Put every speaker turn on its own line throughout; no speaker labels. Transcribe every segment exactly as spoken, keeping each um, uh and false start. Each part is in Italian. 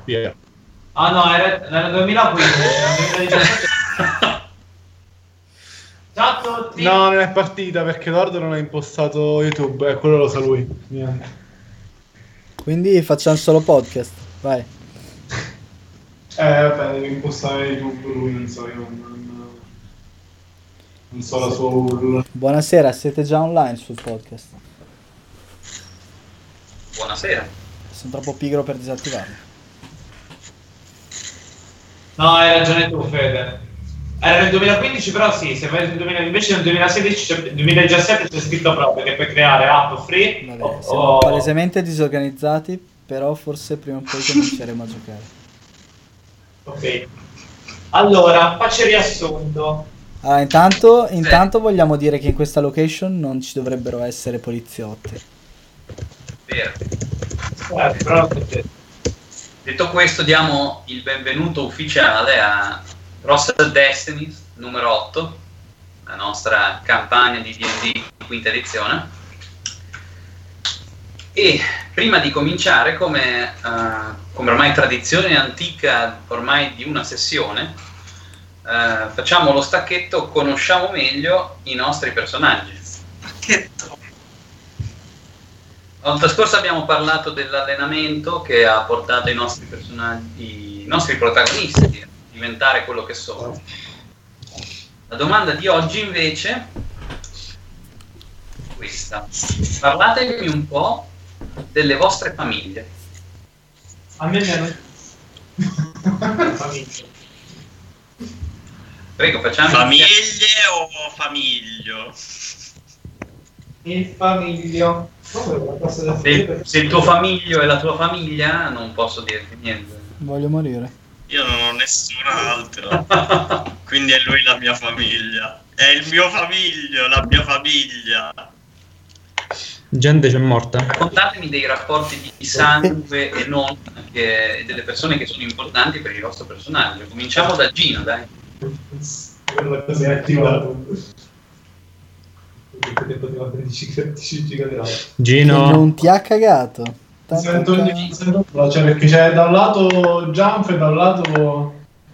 via.
Ah no, era, era duemilaquindici, era duemiladiciassette. Ciao a tutti.
No, non è partita perché Lord non ha impostato YouTube, e eh, quello lo sa lui. Niente.
Quindi facciamo solo podcast, vai.
Eh vabbè, deve impostare YouTube lui, non so, io non, non so la sua U R L.
Buonasera, siete già online sul podcast?
Buonasera.
Sono troppo pigro per disattivarlo.
No, hai ragione tu, Fede. Era nel duemilaquindici, però sì, se vai nel duemila, invece nel duemilasedici, duemiladiciassette c'è scritto proprio che puoi creare app free.
Vabbè,
o,
siamo
o...
palesemente disorganizzati, però forse prima o poi cominceremo a giocare.
Ok. Allora, faccio il riassunto.
Allora, intanto, intanto vogliamo dire che in questa location non ci dovrebbero essere poliziotti.
Vero.
Eh, però...
Detto questo, diamo il benvenuto ufficiale a Roster Destinies numero otto, la nostra campagna di D and D quinta edizione. E prima di cominciare, come, uh, come ormai tradizione antica ormai di una sessione, uh, facciamo lo stacchetto, conosciamo meglio i nostri personaggi.
Stacchetto.
La volta scorsa abbiamo parlato dell'allenamento che ha portato i nostri personaggi, i nostri protagonisti a diventare quello che sono. La domanda di oggi invece è questa: parlatemi un po' delle vostre famiglie.
A me mi hanno... famiglia.
Prego, facciamo
Famiglie o famiglio?
Il famiglio.
Se, se il tuo famiglio è la tua famiglia, non posso dirti niente.
Voglio morire.
Io non ho nessun altro. Quindi è lui la mia famiglia. È il mio famiglio, la mia famiglia.
Gente c'è morta.
Raccontatemi dei rapporti di sangue e non che, delle persone che sono importanti per il vostro personaggio. Cominciamo da Gino, dai.
Quello che si è attivato.
Gino.
Che non ti ha cagato. Tanto
Sento,
ca-
sento, cioè perché c'è da un lato Jump e da un lato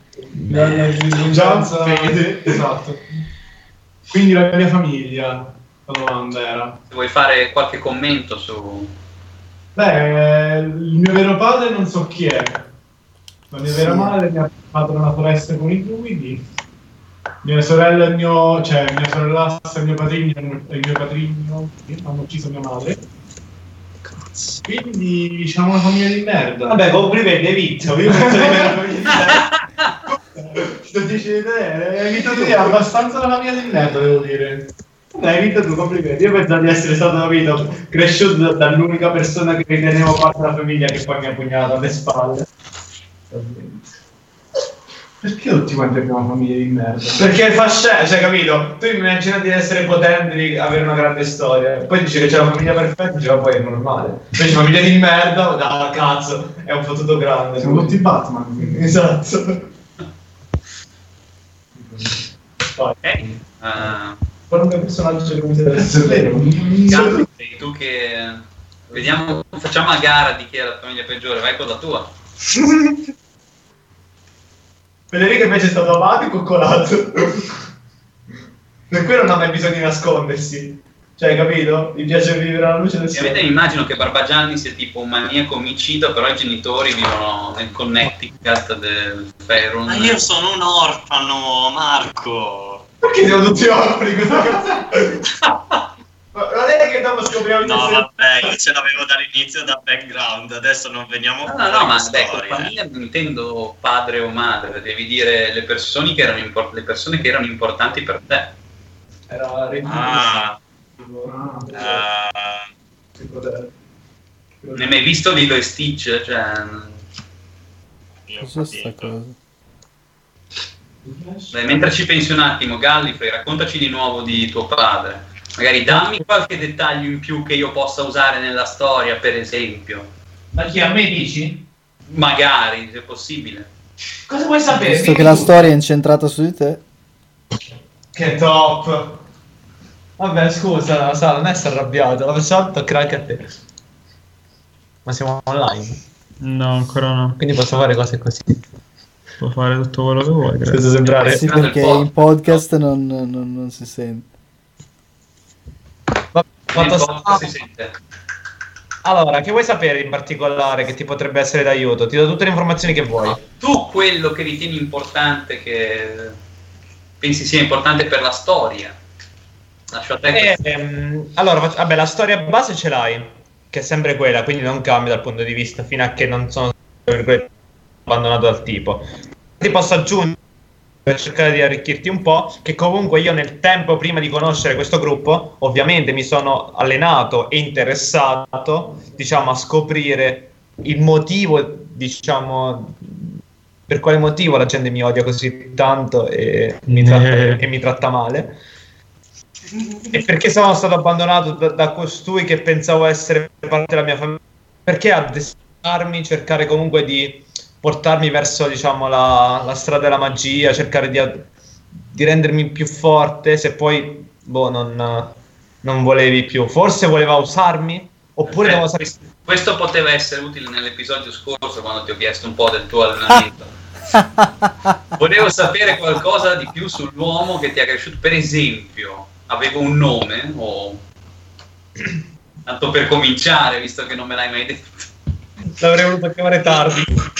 Jump, esatto. Quindi la mia famiglia, la domanda era.
Se vuoi fare qualche commento su...
Beh, il mio vero padre non so chi è. La mia vera madre mi ha fatto nella foresta con i druidi. Mia sorella e il mio, cioè mia sorellastra e il mio patrigno e il mio patrigno hanno ucciso mia madre. Quindi diciamo una famiglia di merda.
Vabbè, complimenti, hai vinto. Io penso di avere una famiglia di merda.
Sto dicendo, hai vinto tu, è abbastanza una famiglia di merda, devo dire.
Hai vinto tu, complimenti. Io pensavo di essere stato capito, cresciuto dall'unica persona che ritenevo parte della famiglia che poi mi ha pugnato alle spalle.
Perché tutti quanti abbiamo una famiglia di merda?
Perché fa scena, cioè capito? Tu immagina di essere potente, di avere una grande storia. Poi dici che c'è la famiglia perfetta, dici ma poi è normale. Invece famiglia di merda, da cazzo, è un fottuto grande.
Siamo tutti Batman. Quindi.
Esatto.
Ok. Uh,
Qualunque personaggio che mi deve essere vero.
Gandhi, sei tu che... Vediamo, facciamo a gara di chi è la famiglia peggiore, vai con la tua.
Federico invece è stato amato e coccolato. Per quello non ha mai bisogno di nascondersi. Cioè, capito? Gli piace vivere alla luce del
Ovviamente
sole.
mi immagino che Barbagianni sia tipo un maniaco omicida, però i genitori vivono nel Connecticut del Fairun.
Ma io sono un orfano, Marco.
Perché siamo tutti orfani questa cosa? Non è che dopo scopriamo il
No,
essere-
vabbè, io ce l'avevo dall'inizio da background, adesso non veniamo
No,
fuori
no, no, ma
con
beh, con
storie.
famiglia non intendo padre o madre, devi dire le persone che erano, impor- le persone che erano importanti per te.
Era la regina.
Ah,
Ah,
ah,
che potere.
Non hai mai visto Lilo e Stitch? Cioè...
io ho
Cos'è sta
capito.
cosa?
Beh, mentre ci pensi un attimo, Gallifrey, raccontaci di nuovo di tuo padre. Magari dammi qualche dettaglio in più che io possa usare nella storia, per esempio.
Ma chi, a me dici?
Magari, se possibile.
Cosa vuoi sapere?
Visto
Dimmi
che la
tu.
storia è incentrata su di te.
Che top. Vabbè, scusa, Sara, non essere arrabbiato, la prossima volta toccherà anche a te. Ma siamo online.
No, ancora no.
Quindi posso fare cose così.
Puoi fare tutto quello che vuoi, credo.
Senza sembrare...
Sì, perché in podcast non, non- non si sente.
Va-
Nel
fatto
podcast
sta-
si sente.
Allora, che vuoi sapere in particolare che ti potrebbe essere d'aiuto? Ti do tutte le informazioni che vuoi.
Tu quello che ritieni importante, che pensi sia importante per la storia. Lascio a te
Eh,
questo.
ehm, allora, fac- vabbè, la storia base ce l'hai, che è sempre quella, quindi non cambia dal punto di vista fino a che non sono tra virgolette, abbandonato dal tipo. Ti posso aggiungere, per cercare di arricchirti un po', che comunque io nel tempo prima di conoscere questo gruppo, ovviamente mi sono allenato e interessato, diciamo, a scoprire il motivo, diciamo, per quale motivo la gente mi odia così tanto e mi tratta,
Eh.
e mi tratta male. E perché sono stato abbandonato da, da costui che pensavo essere parte della mia famiglia? Perché addestrarmi, cercare comunque di portarmi verso, diciamo, la, la strada della magia, cercare di, di rendermi più forte, se poi, boh, non, non volevi più. Forse voleva usarmi, oppure
Eh,
devo sapere...
questo, questo poteva essere utile nell'episodio scorso quando ti ho chiesto un po' del tuo allenamento. Volevo sapere qualcosa di più sull'uomo che ti ha cresciuto. Per esempio, aveva un nome? O... Tanto per cominciare, visto che non me l'hai mai detto.
L'avrei voluto chiamare tardi.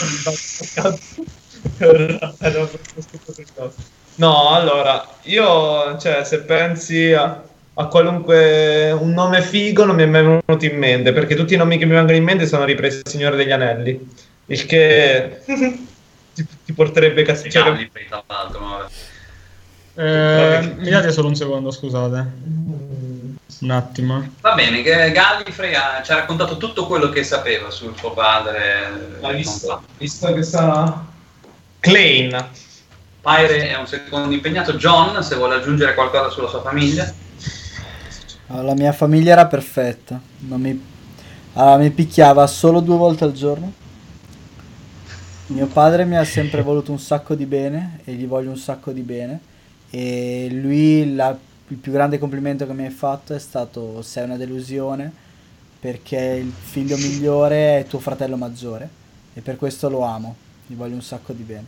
No, allora, io, cioè, se pensi a, a qualunque un nome figo non mi è mai venuto in mente, perché tutti i nomi che mi vengono in mente sono ripresi al Signore degli Anelli, il che ti, ti porterebbe a
Sei
cacciare.
Gallifrey, tra l'altro, ma vabbè.
Eh, mi date solo un secondo, scusate. Un attimo.
Va bene, che Gallifrey ha- ci ha raccontato tutto quello che sapeva sul suo padre.
Hai visto? Visto che sta...
Clain.
Pyre è un secondo impegnato. John, se vuole aggiungere qualcosa sulla sua famiglia.
Allora, la mia famiglia era perfetta. Non mi... allora, mi picchiava solo due volte al giorno. Mio padre mi ha sempre voluto un sacco di bene e gli voglio un sacco di bene. E lui, la- il più grande complimento che mi ha fatto è stato: sei una delusione perché il figlio migliore è tuo fratello maggiore e per questo lo amo, gli voglio un sacco di bene.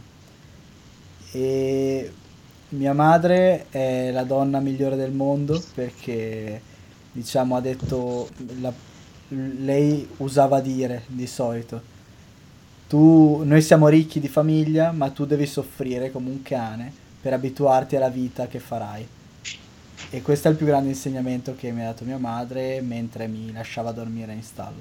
E mia madre è la donna migliore del mondo perché, diciamo, ha detto, la- lei usava dire di solito: tu, noi siamo ricchi di famiglia, ma tu devi soffrire come un cane per abituarti alla vita che farai. E questo è il più grande insegnamento che mi ha dato mia madre mentre mi lasciava dormire in stalla.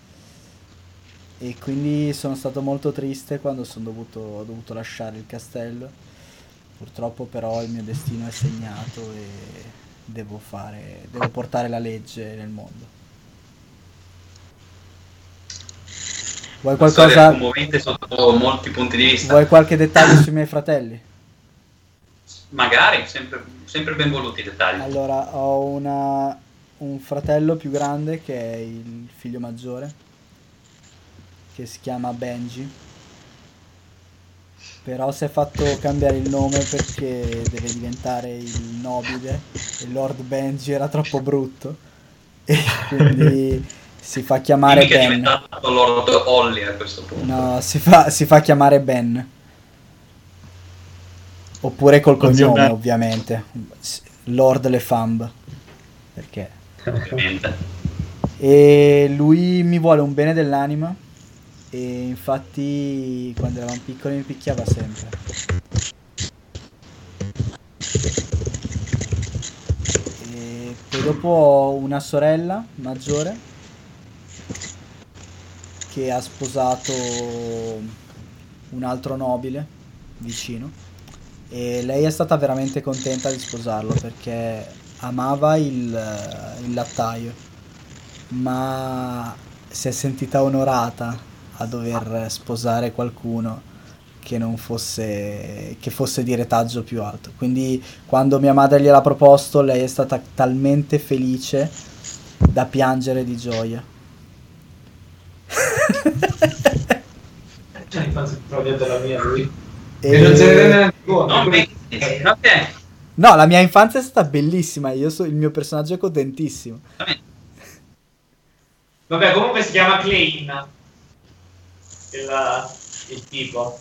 E quindi sono stato molto triste quando sono dovuto, ho dovuto lasciare il castello. Purtroppo però il mio destino è segnato e devo fare, devo portare la legge nel mondo. Vuoi
Una storia
qualcosa?
commovente sotto molti punti di vista.
Vuoi qualche dettaglio sui miei fratelli?
Magari, sempre, sempre ben voluti i dettagli.
Allora, ho una, un fratello più grande che è il figlio maggiore, che si chiama Benji. Però si è fatto cambiare il nome perché deve diventare il nobile e Lord Benji era troppo brutto. E quindi si fa chiamare
Dimmi che è
Ben.
diventato Lord Holly a questo punto.
No, si fa, si fa chiamare Ben. Oppure col
Oddio,
cognome,
Ben.
ovviamente. Lord Lefambe. Perché?
Ovviamente.
E lui mi vuole un bene dell'anima. E infatti quando eravamo piccoli mi picchiava sempre. E poi dopo ho una sorella maggiore che ha sposato un altro nobile vicino e lei è stata veramente contenta di sposarlo perché amava il, il lattaio, ma si è sentita onorata a dover sposare qualcuno che non fosse che fosse di retaggio più alto. Quindi quando mia madre gliel'ha proposto, lei è stata talmente felice da piangere di gioia.
Cioè, infatti, proprio della mia lui.
E-
E non se ne rende neanche conto.
Non pensi? Ok.
No, la mia infanzia è stata bellissima, io so, il mio personaggio è contentissimo.
Vabbè, comunque si chiama Clain.
il, il tipo.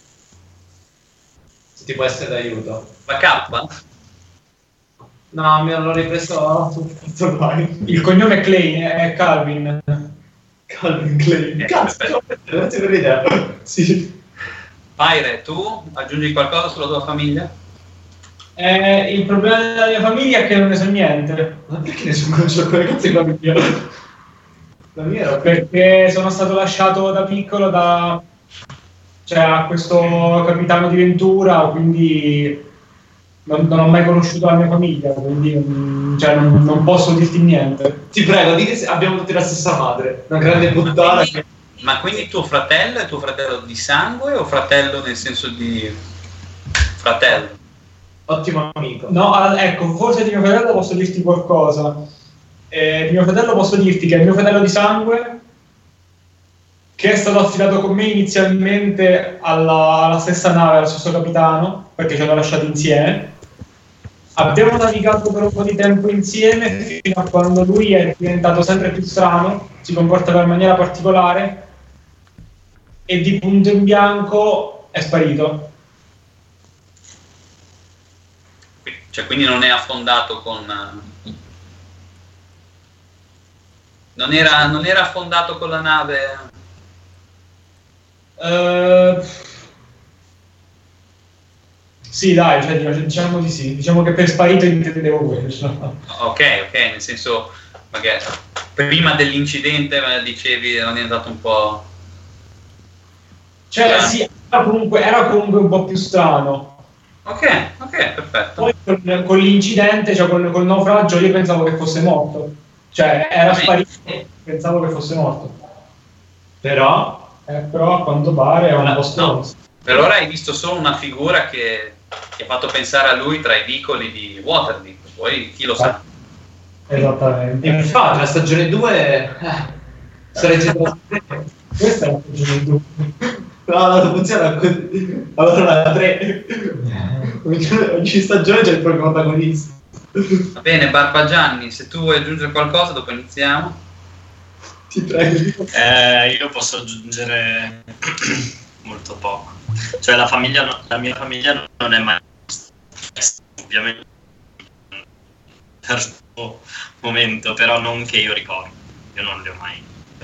Se ti può essere d'aiuto.
La K?
No, mi hanno ripreso sul ormai.
Il cognome Klein è Calvin.
Calvin Klein.
Eh,
Cazzo,
perfetto.
non ti per idea. Sì.
Aire, tu aggiungi qualcosa sulla tua famiglia?
Eh, il problema della mia famiglia è che non ne so niente.
Ma perché nessuno conosce quelle cazzo di famiglia? La mia era
Perché sono stato lasciato da piccolo da... cioè a questo capitano di Ventura, quindi non, non ho mai conosciuto la mia famiglia, quindi mm, cioè, non, non posso dirti niente.
Ti prego, di che se- abbiamo tutti la stessa madre. Una grande puttana che...
Ma quindi tuo fratello è tuo fratello di sangue o fratello nel senso di fratello?
Ottimo amico.
No, ah, ecco, forse di mio fratello posso dirti qualcosa. Eh, di mio fratello posso dirti che è il mio fratello di sangue, che è stato affidato con me inizialmente alla, alla stessa nave, allo stesso capitano, perché ci hanno lasciati insieme. Abbiamo navigato per un po' di tempo insieme fino a quando lui è diventato sempre più strano, si comportava in maniera particolare e di punto in bianco è sparito.
Cioè quindi non è affondato con... Non era, non era affondato con la nave...
Uh, sì, dai, cioè, diciamo di sì. Diciamo che per sparito intendevo quello.
Ok, ok, nel senso, magari prima dell'incidente me dicevi non è andato un po'...
Cioè,
Ah.
sì, era comunque, era comunque un po' più strano.
Ok, ok, perfetto.
Poi con, con l'incidente, cioè con, col naufragio, io pensavo che fosse morto. Cioè, era sparito, pensavo che fosse morto.
Però...
Eh, però a quanto pare è un po'
No,
stronzo.
per ora hai visto solo una figura che ti ha fatto pensare a lui tra i vicoli di Waterdeep, poi chi lo sa.
Esattamente.
Infatti, la stagione due... Eh, sarete...
Questa è la stagione due.
No, no, funziona così. Allora la tre. Ogni stagione c'è il proprio protagonista.
Va bene, Barbagianni, se tu vuoi aggiungere qualcosa dopo iniziamo.
Ti prego.
Eh, io posso aggiungere molto poco. Cioè la famiglia, no- la mia famiglia non è mai ovviamente in questo momento, però non che io ricordo. Io non li ho mai.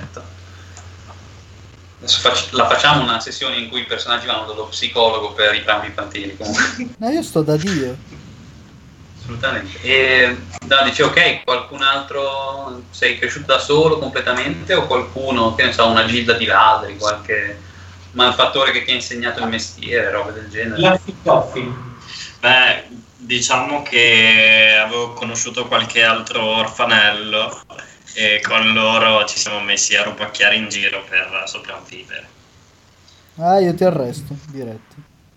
Adesso fac- la facciamo una sessione in cui i personaggi vanno dallo psicologo per i traumi infantili. Comunque.
No, io sto da Dio.
Assolutamente. E no, dice ok, qualcun altro sei cresciuto da solo completamente o qualcuno, che ne so, una gilda di ladri, qualche malfattore che ti ha insegnato il mestiere, robe del genere?
La Coffee.
Beh, diciamo che avevo conosciuto qualche altro orfanello e con loro ci siamo messi a rubacchiare in giro per sopravvivere.
Ah, io ti arresto, diretto.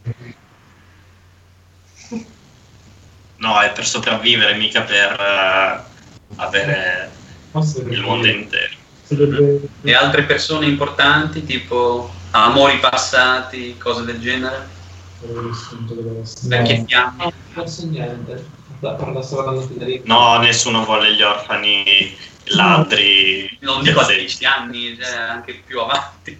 No, è per sopravvivere, mica per eh, avere il mondo intero.
E altre persone importanti, tipo amori passati, cose del genere? Vecchie fiamme?
Non so niente. Parla solo parlando Federico.
No, nessuno vuole gli orfani ladri.
Non dico a sedici anni, cioè anche più avanti.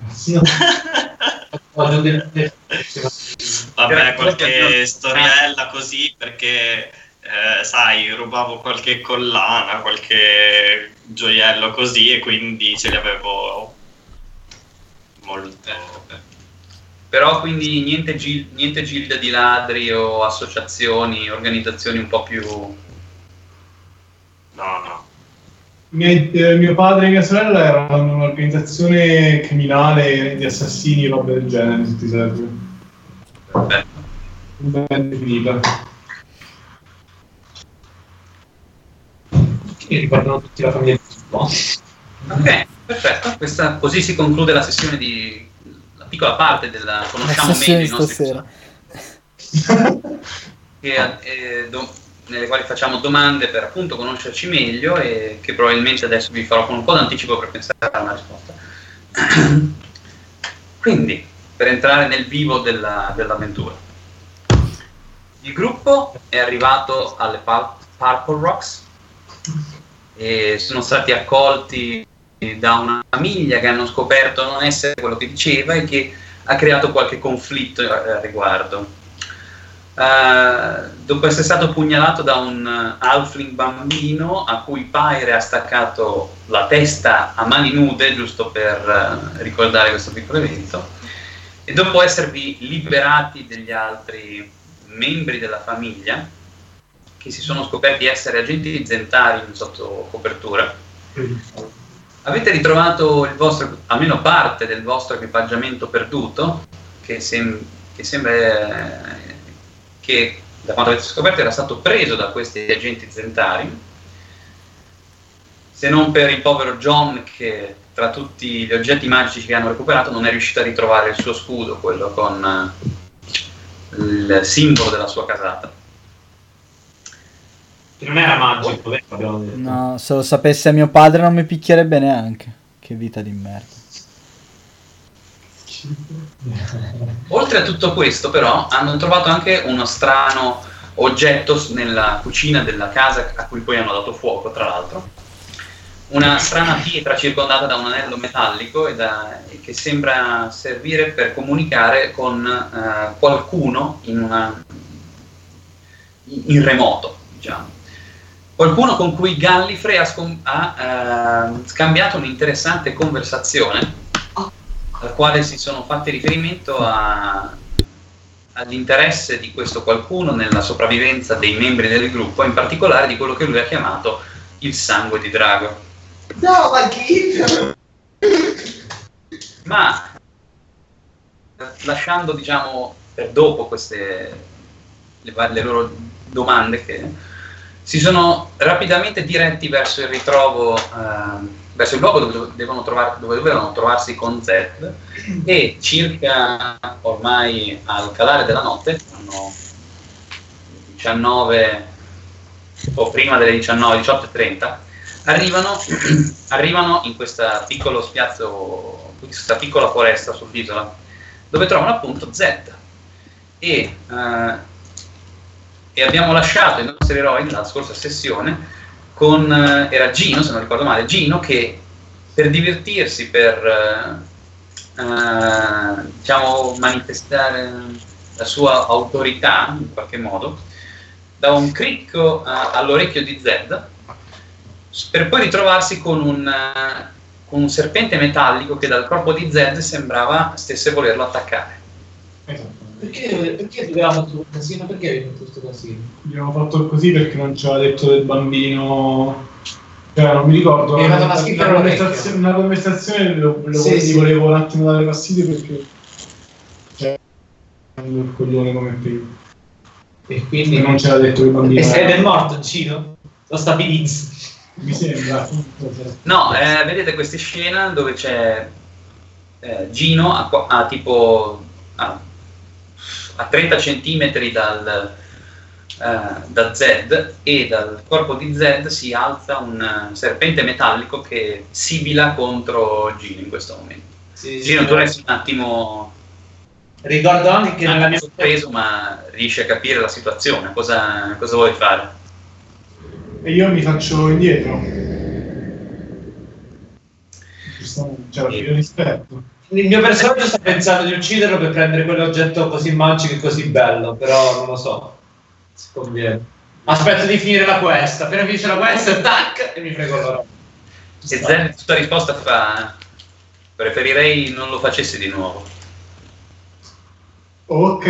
Vabbè, qualche storiella così, perché eh, sai, rubavo qualche collana, qualche gioiello così e quindi ce li avevo molto.
Però quindi niente, gil- niente gilde di ladri o associazioni, organizzazioni un po' più...
No, no.
Miei- eh, mio padre e mia sorella erano un'organizzazione criminale di assassini e robe del genere, se ti serve.
Perfetto.
Ben definita.
Che riguardano tutti la famiglia di Spawn.
Ok, perfetto. Questa, così si conclude la sessione di... la piccola parte della... conosciamo
La sessione
meglio i nostri
stasera.
personaggi. Che, eh, do- nelle quali facciamo domande per appunto conoscerci meglio e che probabilmente adesso vi farò con un po' d'anticipo per pensare a una risposta. Quindi, per entrare nel vivo della- dell'avventura. Il gruppo è arrivato alle Pul- Purple Rocks e sono stati accolti da una famiglia che hanno scoperto non essere quello che diceva e che ha creato qualche conflitto a riguardo. Uh, dopo essere stato pugnalato da un halfling bambino a cui Pyre ha staccato la testa a mani nude, giusto per uh, ricordare questo piccolo evento, e dopo esservi liberati degli altri membri della famiglia che si sono scoperti essere agenti zentari sotto copertura, avete ritrovato il vostro, almeno parte del vostro equipaggiamento perduto, che, sem- che sembra eh, che da quanto avete scoperto era stato preso da questi agenti zentari, se non per il povero John che tra tutti gli oggetti magici che hanno recuperato non è riuscito a ritrovare il suo scudo, quello con uh, il simbolo della sua casata.
Che non era magico, vero? Abbiamo detto.
No, se lo sapesse mio padre non mi picchierebbe neanche. Che vita di merda.
Oltre a tutto questo, però, hanno trovato anche uno strano oggetto nella cucina della casa a cui poi hanno dato fuoco, tra l'altro. Una strana pietra circondata da un anello metallico e, da, e che sembra servire per comunicare con uh, qualcuno in, una, in remoto, diciamo. Qualcuno con cui Gallifrey ha, scom- ha uh, scambiato un'interessante conversazione, al quale si sono fatti riferimento a, all'interesse di questo qualcuno nella sopravvivenza dei membri del gruppo, in particolare di quello che lui ha chiamato il sangue di drago.
No, ma chi?
Ma lasciando, diciamo, per dopo queste le, le loro domande, che si sono rapidamente diretti verso il ritrovo, eh, verso il luogo dove devono trovare, dove dovevano trovarsi con Zed, e circa ormai al calare della notte, erano diciannove o prima delle diciannove, diciotto e trenta, arrivano, arrivano in questa piccolo spiazzo, questa piccola foresta sull'isola, dove trovano appunto Zed. E, uh, e abbiamo lasciato i nostri eroi nella scorsa sessione con, uh, era Gino, se non ricordo male, Gino che per divertirsi, per uh, uh, diciamo manifestare la sua autorità in qualche modo, dà un cricco uh, all'orecchio di Zed, per poi ritrovarsi con un, uh, con un serpente metallico che dal corpo di Zed sembrava stesse volerlo attaccare.
Esatto.
Perché, perché aveva fatto un casino? Perché avevi fatto questo casino?
Abbiamo fatto così perché non ci aveva detto del bambino, cioè non mi ricordo,
Mi è
una,
dato una schifo
una,
all'orecchio.
conversazione, una conversazione lo, lo
Sì,
gli
sì.
volevo un attimo dare fastidio perché cioè il coglione come prima.
E quindi
E non ci aveva detto che il bambino
E sei
era-
del morto, Gino? Lo stabilizzi.
mi sembra.
No, eh, vedete questa scena dove c'è eh, Gino a, qua- a tipo a, a trenta centimetri dal, eh, da Zed, e dal corpo di Zed si alza un eh, serpente metallico che sibila contro Gino in questo momento.
Sì,
Gino, tu resti un attimo
Ricordo anche che nella mia
sorpreso, ma riesci a capire la situazione. Cosa, cosa vuoi fare?
E io mi faccio indietro. Giustamente, cioè, io rispetto.
il mio personaggio sta pensando di ucciderlo per prendere quell'oggetto così magico e così bello, però non lo so se conviene. Aspetto di finire la quest, appena finisce la quest, tac, e mi frego la roba.
E Zen, tutta risposta fa: preferirei non lo facessi di nuovo.
Ok.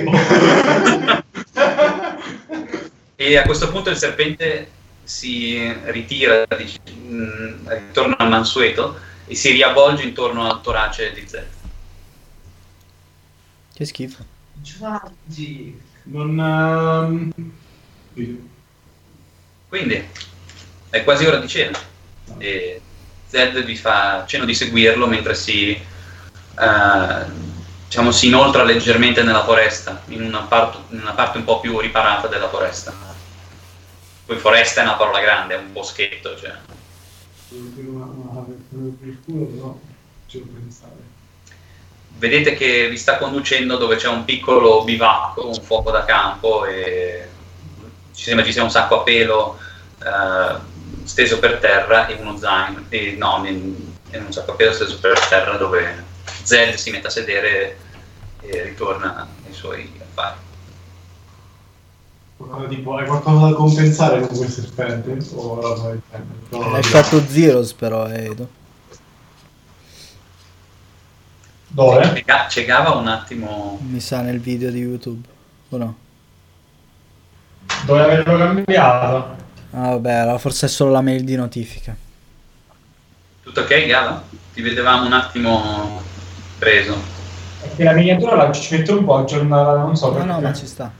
E a questo punto il serpente si ritira, dic- mh, ritorna al mansueto e si riavvolge intorno al torace di Zed.
Che schifo.
Giovanni.
Non... ehm,
Quindi è quasi ora di cena e Zed vi fa cenno di seguirlo mentre si, eh, diciamo, si inoltra leggermente nella foresta, in una, part- in una parte un po' più riparata della foresta. Poi foresta è una parola grande, è un boschetto, cioè.
una- una- il culo, però ci devo pensare.
Vedete che vi sta conducendo dove c'è un piccolo bivacco, un fuoco da campo, e ci sembra ci sia un sacco a pelo, eh, steso per terra e uno zaino, e, no, in, in un sacco steso per terra dove Zed si mette a sedere e ritorna ai suoi affari.
Qualcosa tipo, hai qualcosa da compensare con quel serpente? O la fai
Hai lasciato Zeros però, Edo.
Dove?
Cega- Cegava un attimo.
Mi sa nel video di YouTube, o no?
Dove averlo cambiato?
Ah vabbè, allora forse è solo la mail di notifica.
Tutto ok, Gava? Ti vedevamo un attimo preso.
Perché la miniatura la ci mette un po' a aggiornare, non so
No,
perché.
no, ma ci sta.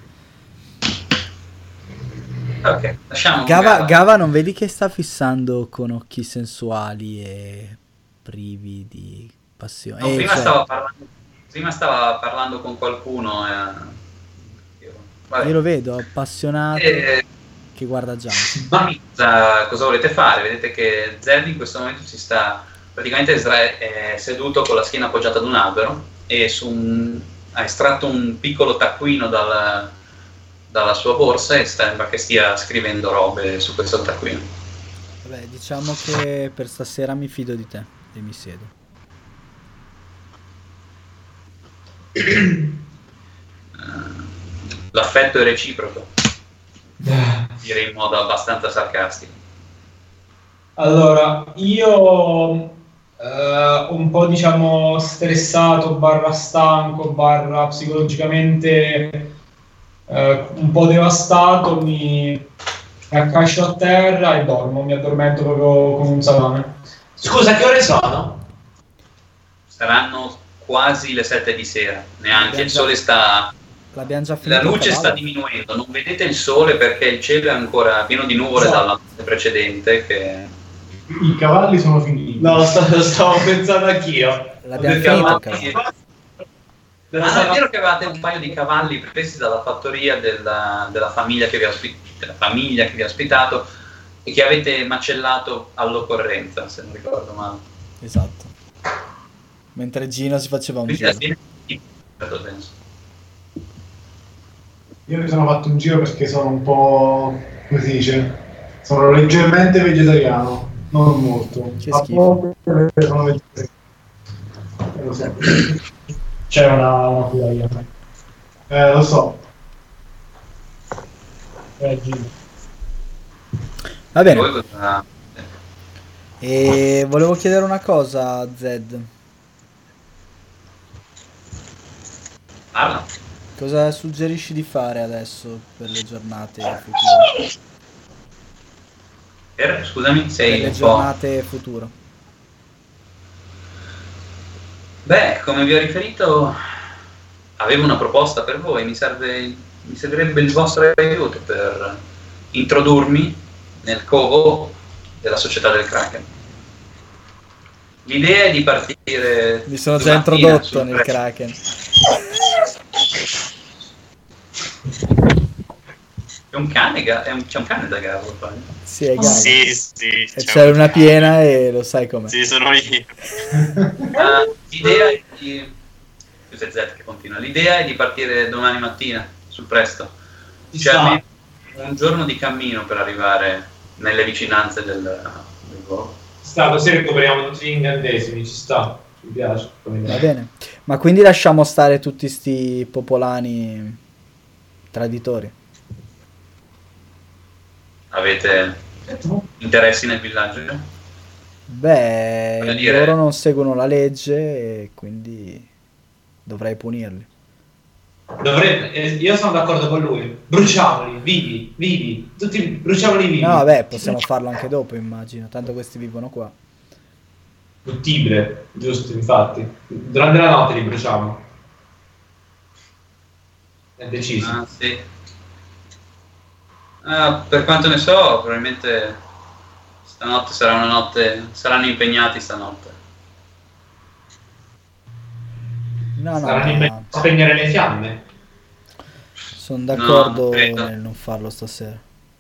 Ok, lasciamo
Gava, Gava non vedi che sta fissando con occhi sensuali e privi di passione?
No,
Eh,
prima,
cioè,
stava parlando, prima stava parlando con qualcuno. Eh. Io, vabbè.
io lo vedo appassionato
Eh,
che guarda già.
Ma cosa, cosa volete fare? Vedete che Zed in questo momento si sta praticamente estra- è seduto con la schiena appoggiata ad un albero e su un- ha estratto un piccolo taccuino dal- dalla sua borsa e sembra che stia scrivendo robe su questo taccuino.
Vabbè, diciamo che per stasera mi fido di te e mi siedo.
L'affetto è reciproco, direi in modo abbastanza sarcastico.
Allora, io eh, un po' diciamo stressato, barra stanco, barra psicologicamente eh, un po' devastato, mi, mi accascio a terra e dormo, mi addormento proprio come un salame.
Scusa, che ore sono?
Saranno quasi le sette di sera, neanche
Abbiamo
il
già-
sole sta...
L'abbiamo già finito.
La luce
il
sta
cavallo?
diminuendo, non vedete il sole perché il cielo è ancora pieno di nuvole
Esatto.
dalla notte precedente che...
I cavalli sono finiti.
No, lo, sta- lo stavo pensando anch'io.
L'abbiamo
Perché
finito il
avanti-
cavallo.
Ah, è vero che avevate un paio di cavalli presi dalla fattoria della, della, famiglia che vi ha ospi- della famiglia che vi ha ospitato e che avete macellato all'occorrenza, se non ricordo male.
Esatto. Mentre Gino si faceva un
Quindi alla
giro.
fine, in un certo senso.
Io mi sono fatto un giro perché sono un po', come si dice, sono leggermente vegetariano, non molto.
Che
A
schifo.
volte sono vegetariano. Eh, lo so.
C'è una, una cuoia.
Eh, lo so.
Eh, Gino.
Va bene.
Voi cosa...
E volevo chiedere una cosa a Zed.
Parla.
Cosa suggerisci di fare adesso per le giornate future?
Per, scusami,
Per
sei
le
un po'...
giornate future.
Beh, come vi ho riferito, avevo una proposta per voi, mi, serve, mi servirebbe il vostro aiuto per introdurmi nel covo della società del Kraken. L'idea è di partire...
Mi sono già
domattina
introdotto
sul
nel
prezzo-
Kraken.
È un cane, ga- è un- c'è un cane da Gavo poi.
Sì, è Gaga.
Sì, sì.
E c'è una piena e lo sai com'è.
Sì, sono io.
Ah, l'idea è di... Questo è Z che continua. L'idea è di partire domani mattina, sul presto.
Ci
C'è
sta.
almeno un giorno di cammino per arrivare nelle vicinanze del, del covo.
Sta, così recuperiamo tutti gli incantesimi, ci sta. Mi piace.
Va bene. Ma quindi lasciamo stare tutti sti popolani traditori.
Avete interessi nel villaggio?
Beh,
Voglio dire-
loro non seguono la legge e quindi dovrei punirli.
Dovrebbe, eh, io sono d'accordo con lui. Bruciamoli, vivi, vivi. Tutti bruciamoli vivi.
No, vabbè, possiamo farlo anche dopo, immagino. Tanto questi vivono qua.
Bruttibile, giusto, infatti. Durante la notte li bruciamo. È deciso.
Ah, sì. Ah, per quanto ne so, probabilmente stanotte sarà una notte, saranno impegnati stanotte.
No, no,
Saranno in
ma
a spegnere le fiamme.
sono d'accordo
No, credo.
nel non farlo stasera.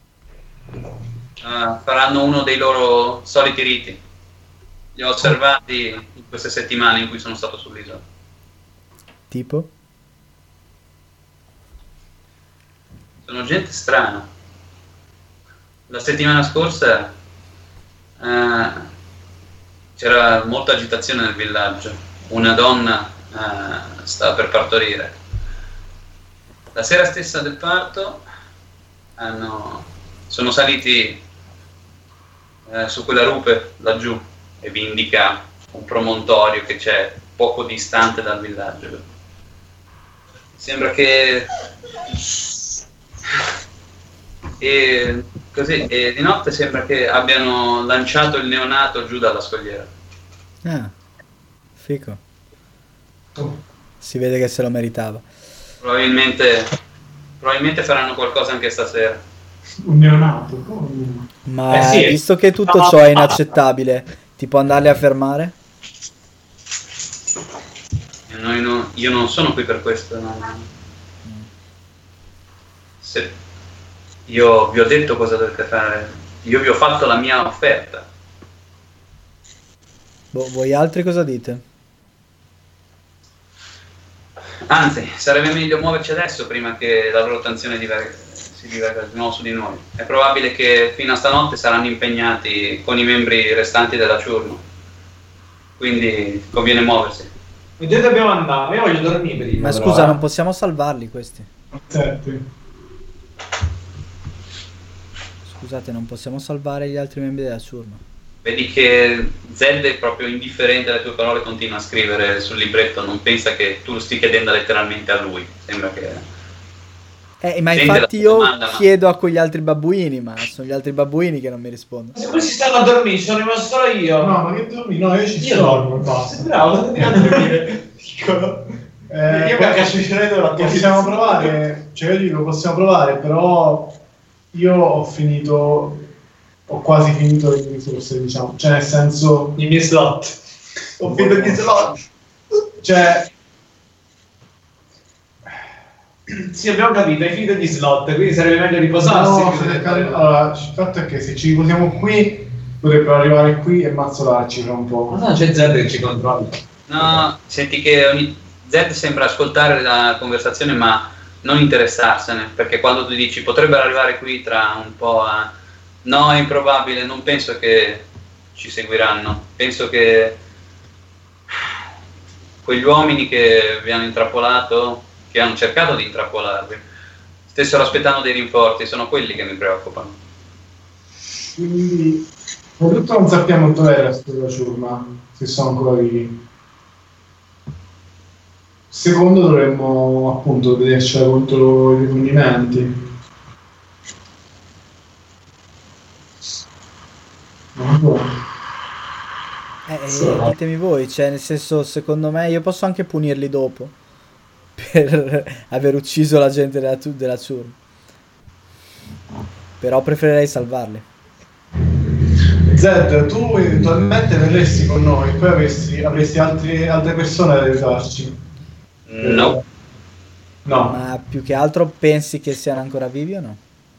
Ah, faranno uno dei loro soliti riti. Li ho osservati in queste settimane in cui sono stato sull'isola.
Tipo?
Sono gente strana. La settimana scorsa eh, c'era molta agitazione nel villaggio. Una donna eh, stava per partorire. La sera stessa del parto hanno, sono saliti eh, su quella rupe laggiù e vi indica un promontorio che c'è poco distante dal villaggio. Sembra che e così e di notte sembra che abbiano lanciato il neonato giù dalla scogliera.
Ah, fico. Si vede che se lo meritava.
Probabilmente probabilmente faranno qualcosa anche stasera.
Un neonato. Come?
Ma
Eh sì.
visto che tutto ciò è inaccettabile, ti può andarli a fermare?
E noi no- io non sono qui per questo. No. Se io vi ho detto cosa dovete fare, io vi ho fatto la mia offerta.
Boh, voi altri cosa dite?
Anzi, sarebbe meglio muoverci adesso prima che la loro attenzione diver- si diverga di nuovo su di noi. È probabile che fino a stanotte saranno impegnati con i membri restanti della ciurma. Quindi conviene muoversi.
E dove dobbiamo andare? Io voglio dormire prima.
Ma
però,
scusa,
eh.
non possiamo salvarli questi?
Senti.
Scusate, non possiamo salvare gli altri membri della ciurma.
Vedi che Zed è proprio indifferente alle tue parole, continua a scrivere sul libretto, non pensa che tu lo stia chiedendo letteralmente a lui. Sembra che...
Eh, ma
Sente la
infatti
tua
io
domanda, ma-
chiedo a quegli altri babbuini, ma sono gli altri babbuini che non mi rispondono.
Se questi stanno a dormire, ci sono rimasto solo io.
No, ma che dormi? No, io ci
Io
sto.
dormo, basta. Bravo, andiamo a dormire.
Piccolo. Eh,
Io mi accascicerei dalla
possiamo provare, cioè io dico possiamo provare, però io ho finito, ho quasi finito le risorse, diciamo, cioè nel senso,
I miei slot. Ho finito gli slot.
cioè,
Sì, abbiamo capito, hai finito gli slot, quindi sarebbe meglio riposarsi.
no,
che
se
vedere-
cercare- allora, il fatto è che se ci riposiamo qui, potrebbero arrivare qui e mazzolarci fra un
Ma
po'.
no, c'è Zed che ci controlla.
No, senti che ogni... Zed sembra ascoltare la conversazione ma non interessarsene, perché quando tu dici potrebbero arrivare qui tra un po' a... No, è improbabile, non penso che ci seguiranno. Penso che quegli uomini che vi hanno intrappolato, che hanno cercato di intrappolarvi, stessero aspettando dei rinforzi, sono quelli che mi preoccupano.
Quindi, soprattutto non sappiamo dov'è il resto della ciurma, se sono ancora vivi. Secondo, dovremmo appunto vedercela contro i rifornimenti. Non può.
Eh, eh, ditemi voi, cioè nel senso, secondo me io posso anche punirli dopo per aver ucciso la gente della, tu- della ciurma. Però preferirei salvarli.
Zed, tu eventualmente verresti con noi, poi avresti, avresti altri- altre persone da aiutarci.
No,
No.
Ma più che altro pensi che siano ancora vivi o no?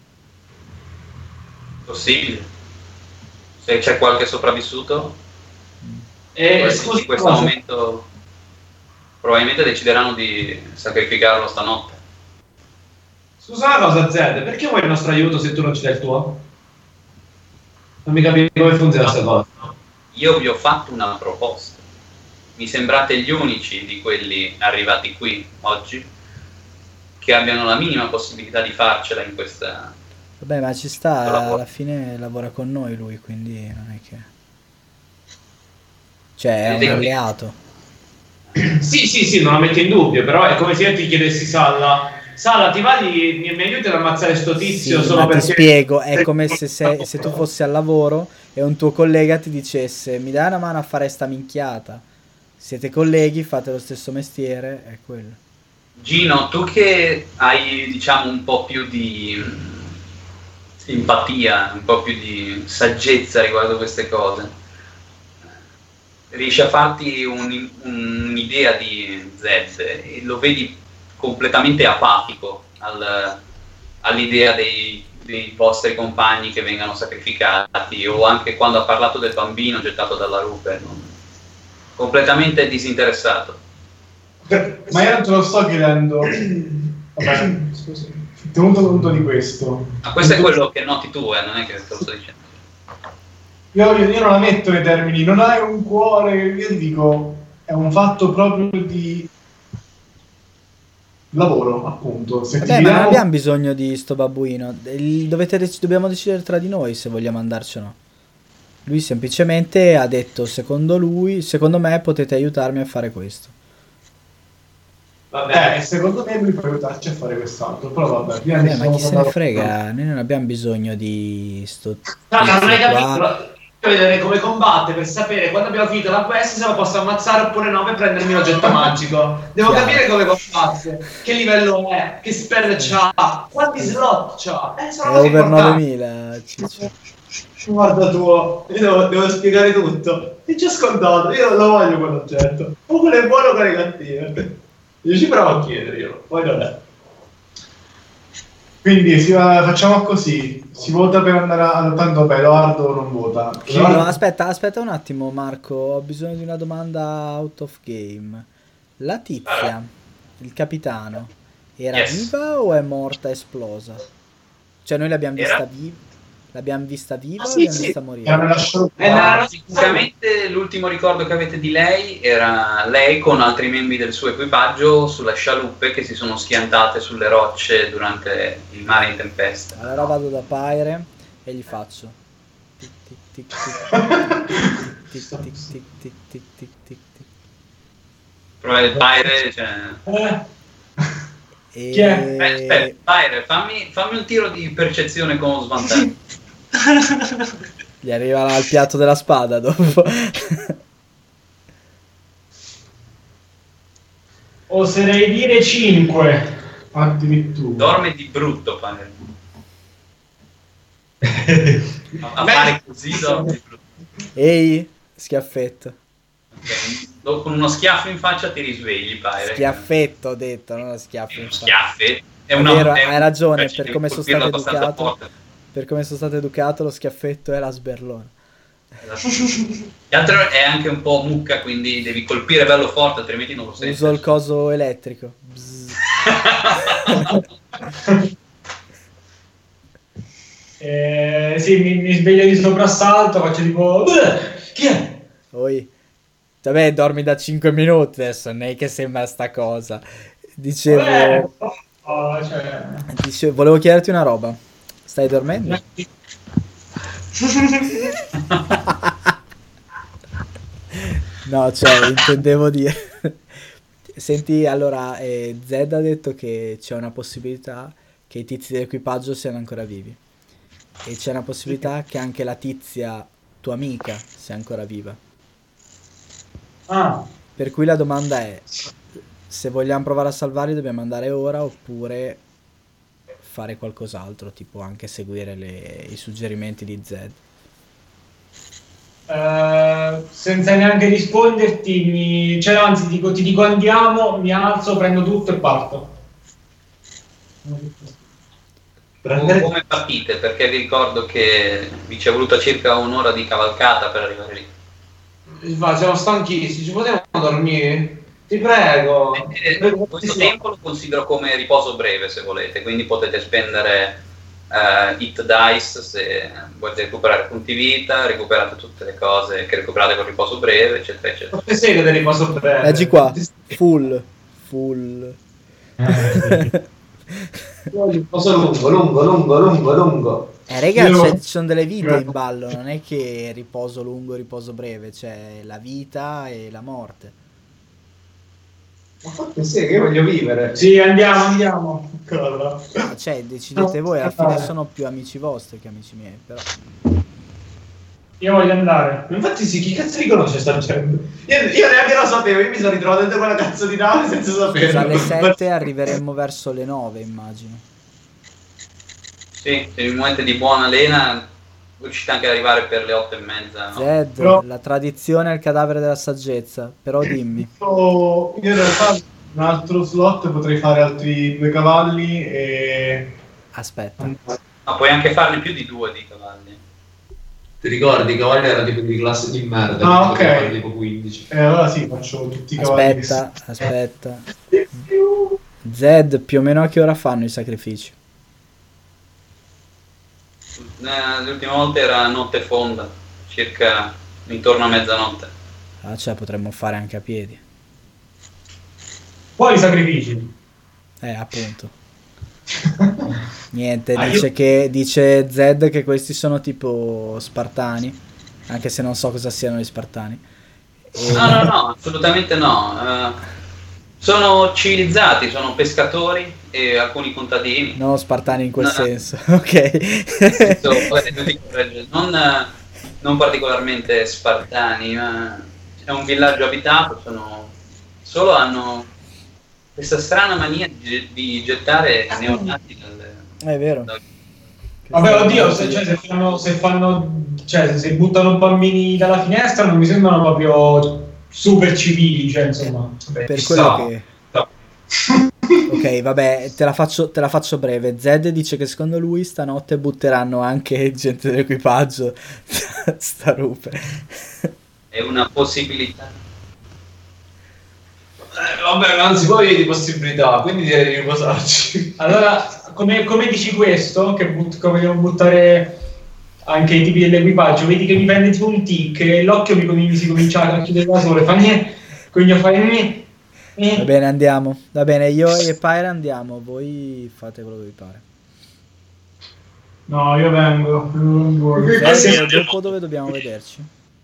possibile. Se c'è qualche sopravvissuto,
E
questi
scusa,
in questo
cosa?
momento probabilmente decideranno di sacrificarlo stanotte.
Scusa una cosa, Zed, perché vuoi il nostro aiuto se tu non ci dai il tuo? Non mi capisco come funziona questa cosa.
Io vi ho fatto una proposta. Mi sembrate gli unici di quelli arrivati qui oggi che abbiano la minima possibilità di farcela in questa...
Vabbè, ma ci sta, alla fine lavora con noi lui, quindi non è che... Cioè, è un alleato.
Sì, sì, sì, non la metto in dubbio, però è come se io ti chiedessi Salla. Salla, ti va di mi, mi aiuti ad ammazzare sto tizio
Sì,
solo
ma ti
perché...
spiego, è come se, sei- se tu fossi al lavoro e un tuo collega ti dicesse mi dai una mano a fare sta minchiata. Siete colleghi, fate lo stesso mestiere, è quello.
Gino, tu che hai, diciamo, un po' più di mm, empatia, un po' più di saggezza riguardo queste cose, riesci a farti un- un'idea di Zed e lo vedi completamente apatico al- all'idea dei, dei vostri compagni che vengano sacrificati, o anche quando ha parlato del bambino gettato dalla rupe, non- completamente disinteressato.
Ma io non te lo sto chiedendo. Vabbè, scusi. Tenuto conto di questo.
Ma questo è quello che noti tu, eh, non è che te lo sto dicendo.
io, io non la metto nei termini, non hai un cuore, io ti dico, è un fatto proprio di lavoro, appunto. Se
Vabbè,
ti
ma non
diamo-
abbiamo bisogno di sto babbuino. Il- dovete dec- dobbiamo decidere tra di noi se vogliamo andarci o no. Lui semplicemente ha detto, secondo lui, secondo me potete aiutarmi a fare questo.
Vabbè,
Eh, secondo me lui può aiutarci a fare quest'altro, però vabbè, prima
Vabbè, ma
diciamo
chi se ne
proprio-
frega? Noi non abbiamo bisogno di sto
no, no, non hai
tizio
capito.
qua.
Devo vedere come combatte per sapere quando abbiamo finito la quest se lo posso ammazzare oppure no per prendermi l'oggetto magico. Devo
Chiaro.
capire come combatte, che livello è, che spell c'ha, quanti slot c'ha. Eh,
È
sono cose
over
importanti.
novemila, Ciccio.
Guarda tuo, io devo, devo spiegare tutto. E ci ho scontato, io non lo voglio quell'oggetto. O quello è buono o quello è cattivo. Io ci provo a chiederglielo, poi non è.
Quindi si va- facciamo così, si vota per andare a... tanto vabbè, Edoardo non vota.
Chi- no, aspetta, aspetta un attimo, Marco. Ho bisogno di una domanda out of game. La tizia, il capitano, era
Yes.
viva o è morta esplosa? Cioè, noi l'abbiamo
Era-
vista viva? L'abbiamo vista viva
Ah,
o
sì,
l'abbiamo
sì.
vista
E hanno
morire?
lasciato
Eh, no,
qua.
no,
Sicuramente l'ultimo ricordo che avete di lei era lei con altri membri del suo equipaggio sulle scialuppe che si sono schiantate sulle rocce durante il mare in tempesta.
Allora vado da Pyre e gli faccio. Tic tic tic tic tic tic tic tic tic tic tic tic tic.
Però il Pyre, cioè...
Eh,
E...
Chi è?
Eh, aspetta, Pyre, fammi, fammi un tiro di percezione con svantaggio.
Gli arriva al piatto della spada dopo.
oserei dire cinque.
Addirittura.
Dorme di brutto, Pyre. A, a fare così dorme di brutto.
Ehi, schiaffetto.
Ok, do- Con uno schiaffo in faccia ti risvegli, Pyre.
Schiaffetto ho detto, non schiaffo.
Uno
infatti.
schiaffo. È
È
una,
vero,
è un-
hai ragione,
cioè,
per come sono
colpirlo
stato
abbastanza
educato.
forte.
Per come sono stato educato, lo schiaffetto è la sberlona.
Esatto. Che altro è anche un po' mucca, quindi devi colpire bello forte, altrimenti non lo senti.
Uso il coso elettrico. Bzz.
Eh, sì, mi, mi sveglio di soprassalto, faccio tipo... "Ugh, chi è?
Poi, vabbè, dormi da cinque minuti adesso, non è che sembra sta cosa. Dicevo,
Eh, oh, cioè...
dicevo, volevo chiederti una roba. Stai dormendo? No, cioè, intendevo dire... Senti, allora, eh, Zed ha detto che c'è una possibilità che i tizi dell'equipaggio siano ancora vivi. E c'è una possibilità che anche la tizia, tua amica, sia ancora viva.
Ah,
Per cui la domanda è, se vogliamo provare a salvarli dobbiamo andare ora oppure fare qualcos'altro, tipo anche seguire le- i suggerimenti di Zed.
eh, senza neanche risponderti, mi... cioè, anzi, dico, ti dico andiamo, mi alzo, prendo tutto e parto.
Com- Come partite? Perché vi ricordo che vi ci è voluta circa un'ora di cavalcata per arrivare lì.
Va, siamo stanchissimi, ci potevamo dormire? Ti prego.
Eh, Questo tempo lo considero come riposo breve, se volete, quindi potete spendere eh, hit dice se volete recuperare punti vita, recuperate tutte le cose che recuperate con riposo breve, eccetera, eccetera.
Che sei che del riposo breve?
Leggi qua, full, full.
Riposo lungo, lungo, lungo, lungo, lungo.
Eh raga,
Io-
c'è- ci sono delle vite in ballo, non è che riposo lungo, riposo breve, c'è la vita e la morte.
Ma fate sì, che io voglio vivere.
Sì, andiamo, andiamo. Cosa?
Ah, cioè, decidete voi, alla fine sono più amici vostri che amici miei, però...
Io voglio andare.
Infatti sì, chi cazzo li conosce sta gente? Io, io neanche lo sapevo, io mi sono ritrovato dentro quella cazzo di nave senza saperlo.
Scusa, alle sette arriveremmo verso le nove, immagino.
Sì, se vi muovete di buona lena riuscite anche ad arrivare per le otto e mezza. No?
Zed,
Però-
la tradizione è il cadavere della saggezza, però dimmi.
Io in realtà un altro slot potrei fare altri due cavalli e...
Aspetta,
Ma puoi anche farne più di due di cavalli.
Ti ricordi, i cavalli era tipo di classe di merda.
Ah,
quindi
ok.
poteva fare tipo quindici.
e allora sì, faccio tutti i cavalli.
aspetta, aspetta. Zed, più o meno a che ora fanno i sacrifici?
Eh, le ultime volte era notte fonda, circa intorno a mezzanotte.
Ah, cioè potremmo fare anche a piedi.
Quali sacrifici?
Eh, appunto. Niente,
Ah,
dice
io-
che dice Zed che questi sono tipo spartani, anche se non so cosa siano gli spartani. E-
No, no, no, assolutamente no. Eh, sono civilizzati, sono pescatori e alcuni contadini.
Non spartani in quel
No.
senso, ok.
So, vabbè, non dico per- non, eh, non particolarmente spartani, ma è un villaggio abitato, sono, solo hanno questa strana mania di, di gettare neonati dalle,
È vero.
dal-
Vabbè, oddio, se, cioè, se fanno, se fanno, cioè, se, se buttano bambini dalla finestra non mi sembrano proprio super civili, cioè, insomma.
Per
Ci
quello
sta.
che...
No.
Ok, vabbè, te la faccio, te la faccio breve. Zed dice che secondo lui stanotte butteranno anche gente dell'equipaggio. Sta rupe.
È una possibilità.
Eh, vabbè, non si può dire di possibilità, quindi direi di riposarci.
Allora, come, come dici questo, che but- come devo buttare anche i tipi dell'equipaggio, vedi che mi prende tipo un tic e l'occhio mi, com- mi si comincia a chiudere da sole, fa niente, quindi fa niente.
Va bene, andiamo. Va bene, io e Pyre andiamo. Voi fate quello che vi pare.
No, io vengo. vengo.
Zed, dopo dove dobbiamo vederci?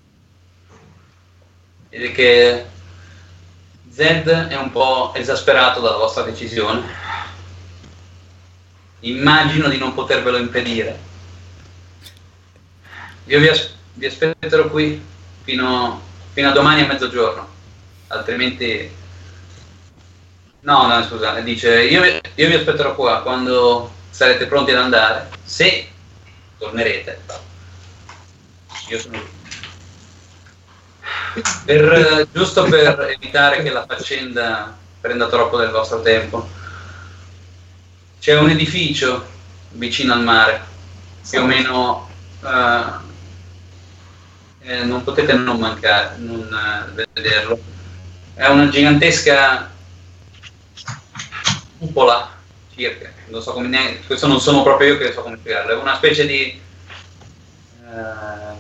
Vede che Zed è un po' esasperato dalla vostra decisione. Immagino di non potervelo impedire. Io vi, as- vi aspetterò qui fino, fino a domani a mezzogiorno, altrimenti... No, no, scusa, dice, io, vi- io vi aspetterò qua quando sarete pronti ad andare, se tornerete. Io sono qui. Per, eh, giusto per evitare che la faccenda prenda troppo del vostro tempo, c'è un edificio vicino al mare, più o meno, eh, eh, non potete non mancare, non eh, vederlo. È una gigantesca cupola, circa, non so come ne- questo non sono proprio io che so come spiegarlo, è una specie di... eh,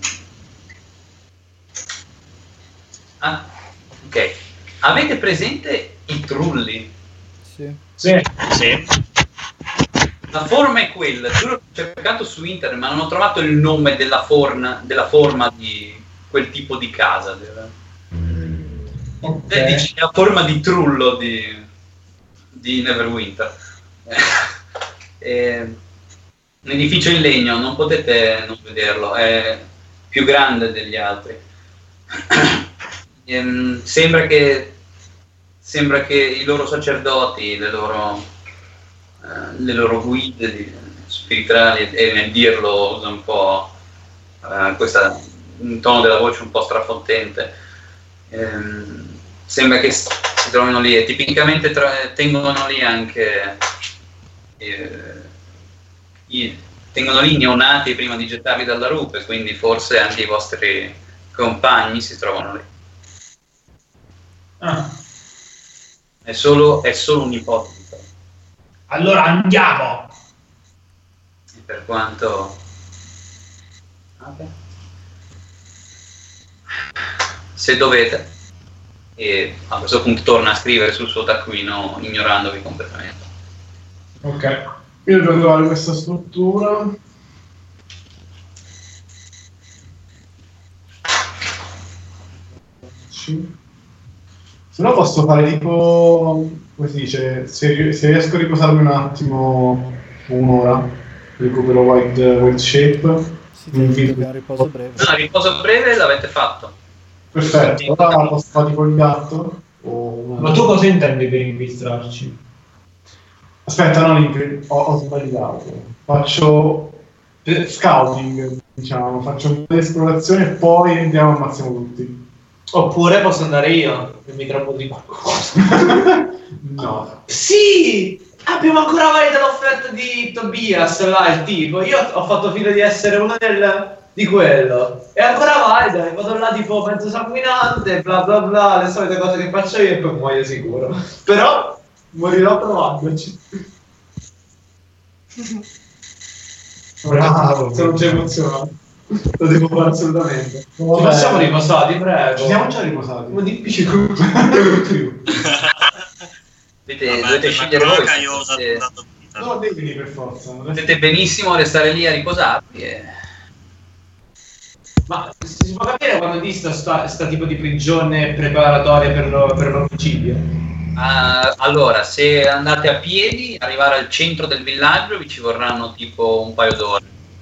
Ah, ok. Avete presente i trulli?
Sì.
Sì.
Sì.
La forma è quella. Giuro che ho cercato su internet, ma non ho trovato il nome della, forma, della forma di quel tipo di casa.
Ok.
Eh, dici la forma di trullo di, di Neverwinter. È un edificio in legno, non potete non vederlo, è più grande degli altri. Ehm, sembra che sembra che i loro sacerdoti, le loro, eh, le loro guide di- spirituali, e nel dirlo usa un po' eh, questa, un tono della voce un po' strafontente, ehm, sembra che s- si trovino lì e tipicamente tra- tengono lì anche eh, i- tengono lì neonati prima di gettarli dalla rupe, quindi forse anche i vostri compagni si trovano lì.
Ah.
È solo, è solo un'ipotesi, però.
Allora andiamo.
E per quanto... Ok. Se dovete, e a questo punto torna a scrivere sul suo taccuino ignorandovi completamente.
Ok. Io devo trovare questa struttura. Sì. Se no posso fare tipo, come si dice, se, ri- se riesco a riposarmi un attimo, un'ora, recupero white, white shape.
Sì, ti dobbiamo un riposo breve.
No, il riposo breve l'avete fatto.
Perfetto, ora posso fare tipo il gatto. O una-
Ma tu cosa intendi per infiltrarci?
Aspetta, non in... ho, ho sbagliato. Faccio eh, scouting, diciamo, faccio un po' di esplorazione e poi andiamo e ammazziamo tutti.
Oppure posso andare io, che mi troppo di
No.
Sì! Abbiamo ancora valida l'offerta di Tobias, là, il tipo. Io ho fatto finta di essere uno del, di quello. È ancora valida, vado là tipo mezzo sanguinante, bla bla bla, le solite cose che faccio io e poi muoio sicuro. Però morirò provandoci.
Bravo.
Sono già emozionato.
Lo devo fare assolutamente. Ci
Vabbè.
facciamo riposati, prego.
Ci siamo già riposati.
Ma difficile come
Dovete,
Vabbè,
dovete
per
scegliere
la
voi.
cronaca io ho usato
Potete,
un dato vita.
No, devi venire per forza.
potete benissimo restare lì a riposarvi. E...
Ma si può capire quando disto sta, sta tipo di prigione preparatoria per, lo, per l'omicidio?
Ah, allora, se andate a piedi, arrivare al centro del villaggio vi ci vorranno tipo un paio d'ore.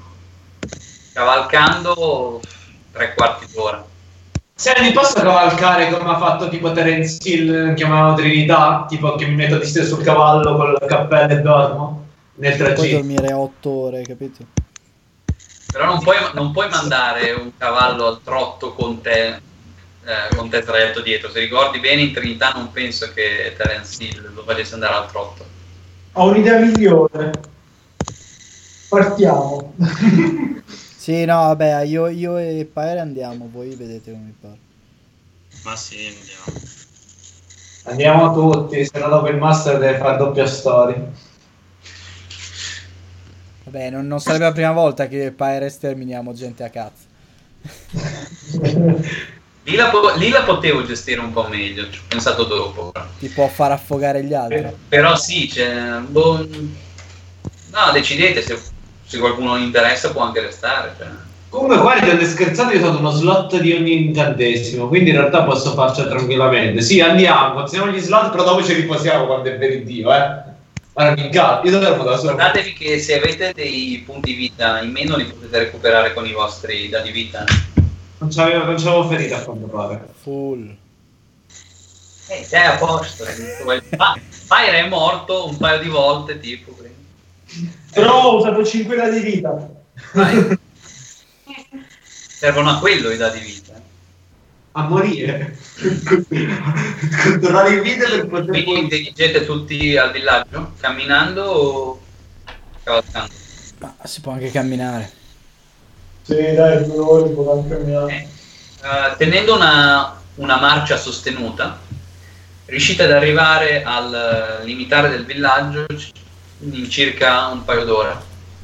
Cavalcando tre quarti d'ora.
Senti, posso cavalcare come ha fatto tipo Terence Hill, chiamavano Trinità? Tipo che mi metto di stessa sul cavallo con la cappella e dormo? Nel
Puoi
tragitto.
dormire otto ore, capito?
Però non puoi, non puoi mandare un cavallo al trotto con te, eh, con te traghetto dietro. Se ricordi bene, in Trinità non penso che Terence Hill lo facesse andare al trotto.
Ho un'idea migliore. Partiamo.
Sì, no, vabbè, io, io e Paere andiamo, voi vedete come mi pare.
Ma sì, andiamo.
Andiamo tutti, se no dopo il master deve fare doppia storia.
Vabbè, non, non sarebbe la prima volta che Paere sterminiamo gente a cazzo.
Lì la, po- lì la potevo gestire un po' meglio, ci ho pensato dopo. Però,
Ti può far affogare gli altri.
Eh, però sì, c'è... Boh, no, decidete, se, se qualcuno interessa può anche restare. Cioè.
Comunque qua riprende scherzando, io sono uno slot di ogni incantesimo, quindi in realtà posso farcela tranquillamente. Sì, andiamo, continuiamo gli slot, però dopo ci riposiamo quando è veritivo, eh. Ma non mi incazzo, io dormo da solo.
Ricordatevi che se avete dei punti vita in meno li potete recuperare con i vostri dadi vita.
Non c'avevo, non c'avevo ferita a quanto pare.
Full.
Eh, sei a posto. Ma Fire è morto un paio di volte, tipo.
Però ho usato cinque dadi di vita.
Vai. Servono a quello i dadi vita.
A morire. Controllare il video per poter...
Quindi dirigete tutti al villaggio, camminando o cavalcando?
Ma si può anche camminare.
Sì, dai, due ore può anche camminare.
Eh, uh, tenendo una, una marcia sostenuta, riuscite ad arrivare al limitare del villaggio in circa un paio d'ore.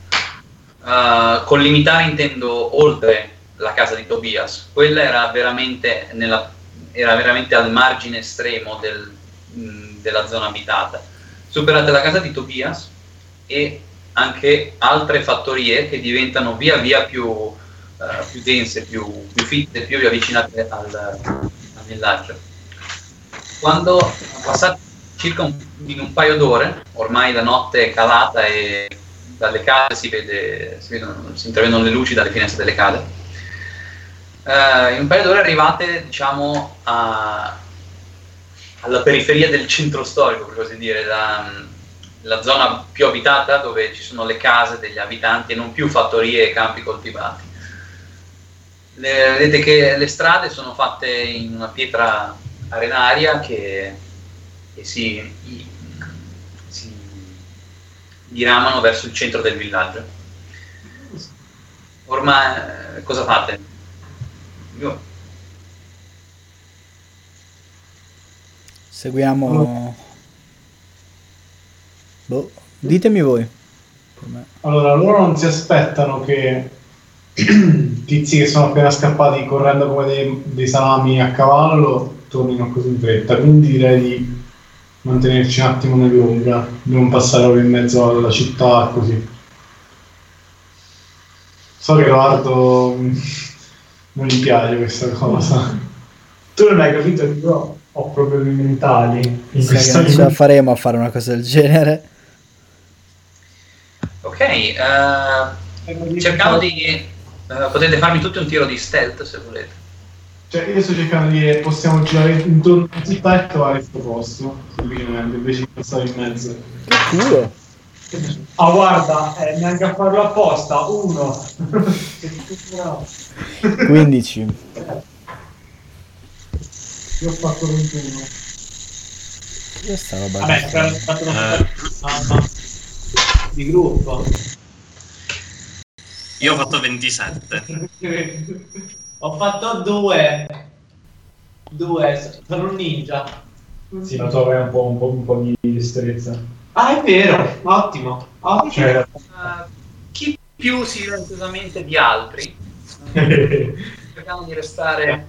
Uh, con limitare intendo oltre la casa di Tobias. Quella era veramente, nella, era veramente al margine estremo del, mh, della zona abitata. Superate la casa di Tobias e anche altre fattorie che diventano via via più, uh, più dense, più, più fitte, più avvicinate al, al villaggio. Quando passate circa un, in un paio d'ore, ormai la notte è calata e dalle case si vede, si, vedono, si intravedono le luci dalle finestre delle case. Uh, in un paio d'ore arrivate, diciamo, a, alla periferia del centro storico, per così dire, la, la zona più abitata dove ci sono le case degli abitanti e non più fattorie e campi coltivati. Le, vedete che le strade sono fatte in una pietra arenaria che, che si, si diramano verso il centro del villaggio. Ormai cosa fate? Io.
Seguiamo. Boh, ditemi voi. Per me.
Allora, loro non si aspettano che tizi che sono appena scappati correndo come dei, dei salami a cavallo tornino così in fretta, quindi direi di mantenerci un attimo nell'ombra, di non passare ora in mezzo alla città così. So che Edoardo non gli piace questa cosa.
Tu non hai capito che io ho problemi mentali. In
Sai che non ce la faremo a fare una cosa del genere.
Ok, uh, cercavo di... Uh, potete farmi tutti un tiro di stealth se volete.
Cioè, io sto cercando di possiamo girare intorno alla città e trovare questo posto, semplicemente, invece di passare in mezzo.
Che culo.
Ah, guarda, eh, neanche a farlo apposta. Uno.
quindici.
Io ho fatto ventuno.
Io stavo
Vabbè, però ho fatto una cosa di gruppo.
Io ho fatto ventisette.
Ho fatto due. Due, sono un ninja.
Sì, ma tu avrai un po', un po', un po' di destrezza.
Ah, è vero, ottimo. ottimo.
Cioè,
Uh, chi più silenzosamente di altri cercando di restare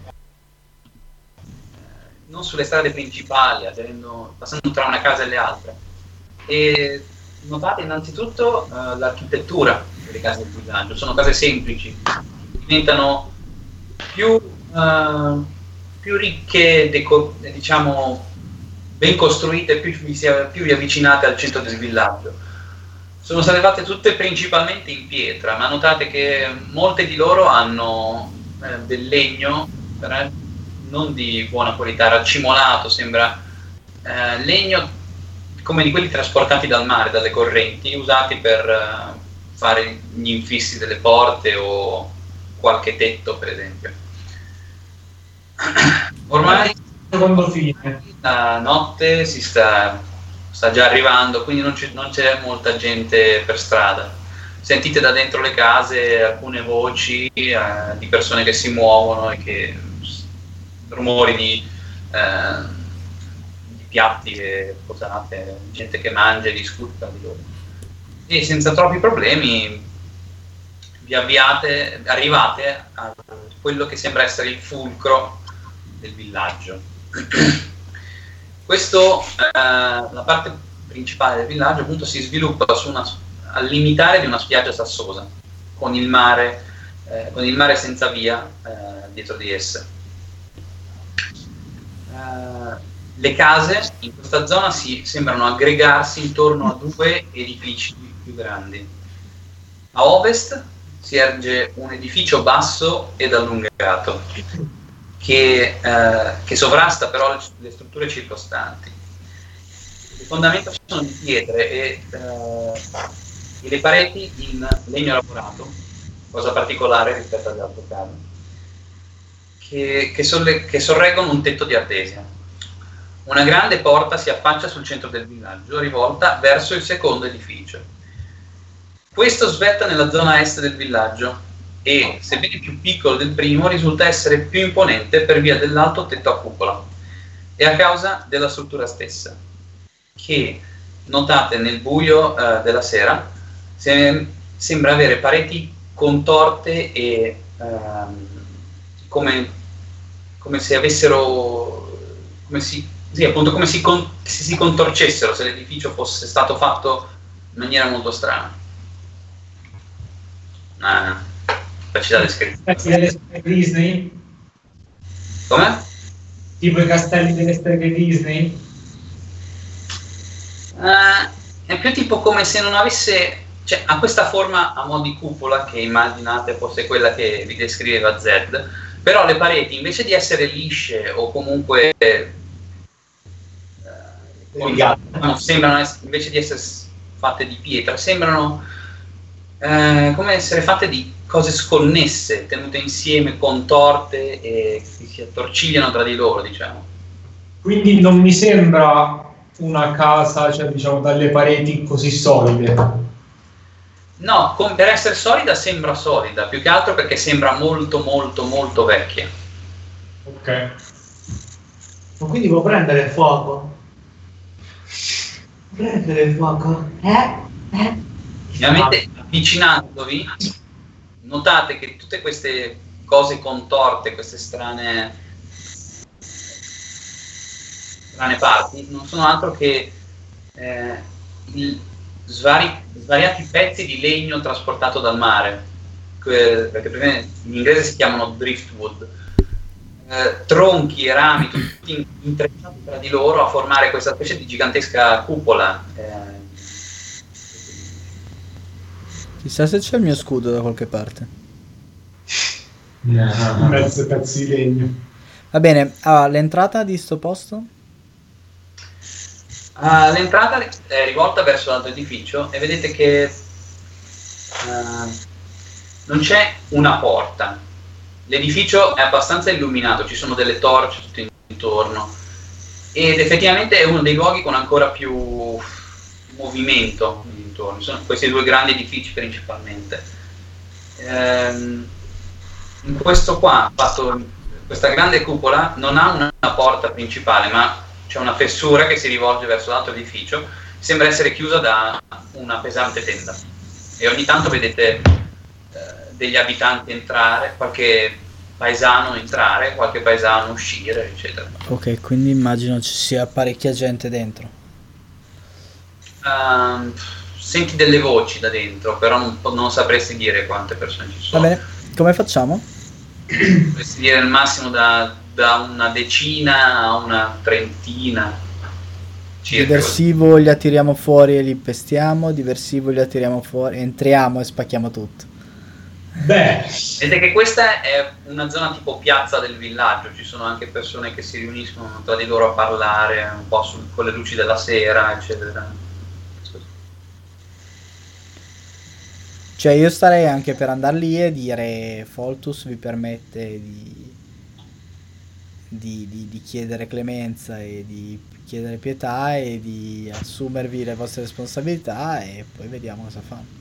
non sulle strade principali, aderendo, passando tra una casa e le altre. E notate innanzitutto uh, l'architettura delle case del villaggio, sono case semplici, diventano più, uh, più ricche, deco- diciamo ben costruite, più vi, si, più vi avvicinate al centro del villaggio. Sono state fatte tutte principalmente in pietra, ma notate che molte di loro hanno eh, del legno, eh, non di buona qualità, raccimolato, sembra eh, legno come di quelli trasportati dal mare, dalle correnti, usati per eh, fare gli infissi delle porte o qualche tetto, per esempio. Ormai
Secondo fine.
la notte si sta, sta già arrivando, quindi non, c- non c'è molta gente per strada. Sentite da dentro le case alcune voci eh, di persone che si muovono e che rumori di, eh, di piatti che posate, gente che mangia e discute tra di loro. E senza troppi problemi vi avviate, arrivate a quello che sembra essere il fulcro del villaggio. Questo, eh, la parte principale del villaggio appunto si sviluppa su una, al limitare di una spiaggia sassosa, con il mare, eh, con il mare senza via eh, dietro di esse. Uh, le case in questa zona si sembrano aggregarsi intorno a due edifici più grandi. A ovest si erge un edificio basso ed allungato che, uh, che sovrasta però le, le strutture circostanti. Le fondamenta sono di pietre e, uh, e le pareti in legno lavorato, cosa particolare rispetto alle altre case. Che, che, solle, che sorreggono un tetto di ardesia. Una grande porta si affaccia sul centro del villaggio, rivolta verso il secondo edificio. Questo svetta nella zona est del villaggio e, sebbene più piccolo del primo, risulta essere più imponente per via dell'alto tetto a cupola e a causa della struttura stessa, che, notate nel buio eh, della sera, se, sembra avere pareti contorte e ehm, come come se avessero, come si, sì, appunto come si, con, se si contorcessero, se l'edificio fosse stato fatto in maniera molto strana. Ah, capacità descrittiva.
Disney?
Come?
Tipo i castelli delle streghe Disney?
Uh, è più tipo come se non avesse, cioè ha questa forma a mo' di cupola che immaginate fosse quella che vi descriveva Zed. Però le pareti, invece di essere lisce o comunque eh, no, sembrano essere, invece di essere fatte di pietra, sembrano eh, come essere fatte di cose sconnesse, tenute insieme, contorte e che si attorcigliano tra di loro, diciamo.
Quindi non mi sembra una casa, cioè diciamo, dalle pareti così solide.
No, com- per essere solida sembra solida, più che altro perché sembra molto molto molto vecchia.
Ok.
Ma quindi può prendere fuoco? Può prendere fuoco? Eh? Eh?
Ovviamente avvicinandovi notate che tutte queste cose contorte, queste strane strane parti non sono altro che eh, il Svari, svariati pezzi di legno trasportato dal mare, que- perché in inglese si chiamano driftwood, eh, tronchi e rami tutti intrecciati tra di loro a formare questa specie di gigantesca cupola. Eh.
Chissà se c'è il mio scudo da qualche parte.
No. Mezzo pezzo di legno.
Va bene, allora, l'entrata di sto posto?
Uh, l'entrata è rivolta verso l'altro edificio e vedete che uh, non c'è una porta. L'edificio è abbastanza illuminato, ci sono delle torce tutto intorno ed effettivamente è uno dei luoghi con ancora più movimento intorno. Sono questi due grandi edifici principalmente. Um, in questo qua, fatto, questa grande cupola non ha una, una porta principale, ma c'è una fessura che si rivolge verso l'altro edificio, sembra essere chiusa da una pesante tenda e ogni tanto vedete eh, degli abitanti entrare, qualche paesano entrare, qualche paesano uscire, eccetera.
Ok, quindi immagino ci sia parecchia gente dentro.
Ehm, senti delle voci da dentro, però non, non sapresti dire quante persone ci
Va
sono.
bene, come facciamo?
Potresti dire al massimo da, da una decina a una trentina. Circa.
Diversivo li attiriamo fuori e li pestiamo, diversivo li attiriamo fuori, entriamo e spacchiamo tutto.
Beh,
Vedete che questa è una zona tipo piazza del villaggio, ci sono anche persone che si riuniscono tra di loro a parlare un po' sul- con le luci della sera, eccetera.
Cioè io starei anche per andare lì e dire Foltus vi permette di, di, di- di chiedere clemenza e di chiedere pietà e di assumervi le vostre responsabilità e poi vediamo cosa fanno.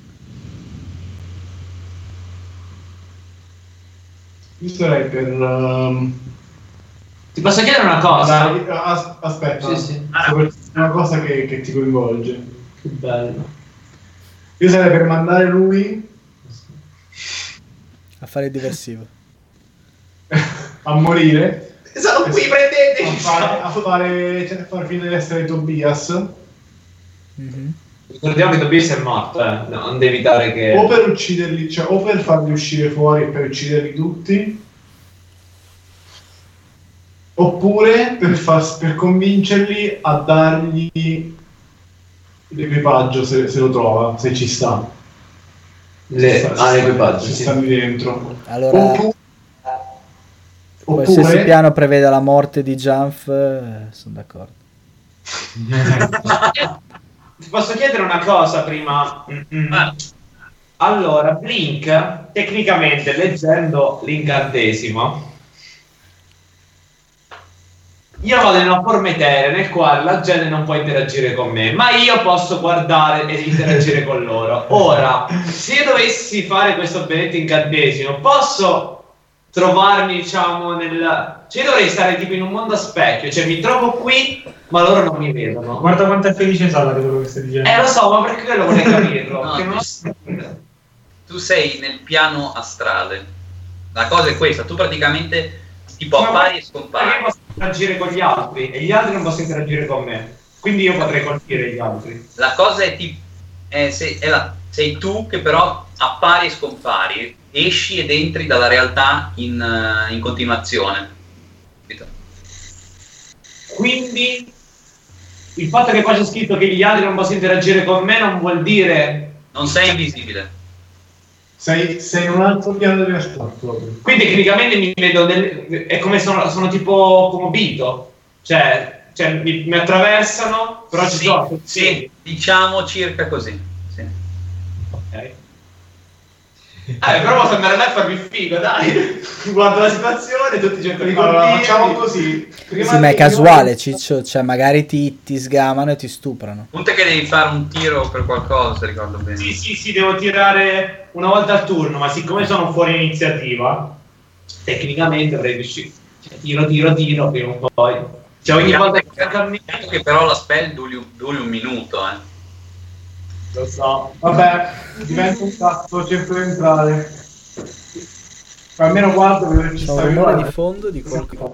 Io sarei per... ehm,
Ti posso chiedere una cosa?
dai, as- aspetta,
Sì, sì.
sto per dire una cosa che, che ti coinvolge.
Che bello.
Io sarei per mandare lui
A fare il diversivo.
a morire,
Sono qui,
a
prendeteci!
fare, a fare, cioè, a far finire di essere Tobias,
Mhm.
Ricordiamo che Tobias è morto, eh. No, non devi evitare che...
o per ucciderli, cioè o per farli uscire fuori e per ucciderli tutti, oppure per, far, per convincerli a dargli l'equipaggio se, se lo trova, se ci sta.
Le...
Se sta-
Ah,
se
l'equipaggio,
sta-
sì.
se stanno lì dentro.
Allora,
Oppu-
qualsiasi
oppure
piano preveda la morte di Janf, eh, sono d'accordo.
Ti posso chiedere una cosa prima? Mm-mm.
Ah.
Allora, Blink, tecnicamente, leggendo l'incantesimo, io vado in una forma eterea nel quale la gente non può interagire con me, ma io posso guardare ed interagire con loro. Ora, se io dovessi fare questo benedetto incantesimo, posso trovarmi, diciamo, nel... Cioè, io dovrei stare tipo in un mondo a specchio, cioè mi trovo qui, ma loro non mi vedono.
guarda quanto è felice Sala di quello che stai dicendo.
Eh, lo so, ma perché quello vorrei capirlo?
No,
Che non
tu-
so.
Tu sei nel piano astrale. La cosa è questa, tu praticamente tipo
Ma
appari e
perché
scompari.
posso interagire con gli altri e gli altri non possono interagire con me. Quindi io potrei colpire gli altri.
La cosa è tipo è, sei, è la- sei tu che però appari e scompari, esci ed entri dalla realtà in, eh, in continuazione. Capito?
Quindi il fatto che poi c'è scritto che gli altri non possono interagire con me non vuol dire...
Non sei invisibile.
sei, sei in un altro piano di realtà proprio.
Quindi tecnicamente mi vedo del... è come sono, sono tipo come Obito. Cioè, cioè mi, mi attraversano, però ci
Sì,
sono.
sì, diciamo circa così. Sì.
Ok. Eh, però posso andare là e farmi figo, dai. Guardo la situazione, tutti cercano di
Allora,
colpirmi.
facciamo così. Prima
Sì, ma è
di-
casuale, Ciccio, cioè magari ti, ti sgamano e ti stuprano.
Punto è che devi fare un tiro per qualcosa, se ricordo bene.
Sì, sì, sì, devo tirare una volta al turno, ma siccome sono fuori iniziativa, tecnicamente avrei riuscito. Cioè, tiro, tiro, tiro, prima o poi. Cioè, ogni volta che cammino...
Peccato che però la spell duri, duri un minuto, eh.
Lo so. Vabbè, diventa un cazzo, cerco di entrare. Almeno guardo perché ci
C'è un
sta
rumore di
arrivando.
fondo di qualcosa.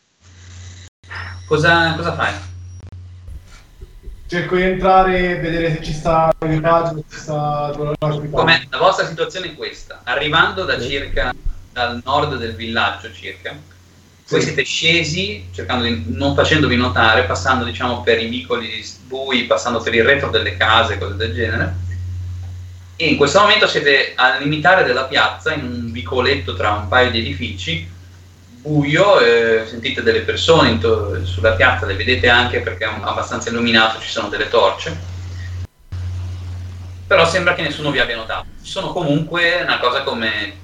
Cosa, cosa fai?
Cerco di entrare, vedere se ci sta l'equipaggio, se ci sta
Com'è? La vostra situazione è questa. Arrivando da circa dal nord del villaggio circa, voi
Sì.
siete scesi, cercando di, non facendovi notare, passando diciamo per i vicoli bui, passando per il retro delle case, cose del genere. E in questo momento siete al limitare della piazza, in un vicoletto tra un paio di edifici, buio, eh, sentite delle persone into- sulla piazza, le vedete anche perché è un- abbastanza illuminato, ci sono delle torce. Però sembra che nessuno vi abbia notato. Ci sono comunque una cosa come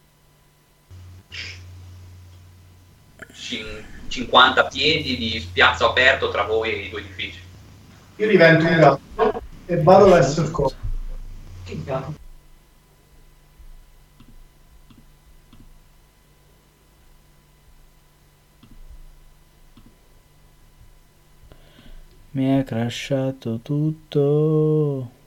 cin- cinquanta piedi di spiazzo aperto tra voi e i due edifici.
Io divento un gatto e vado verso il corpo.
Che gatto.
Mi è crashato tutto.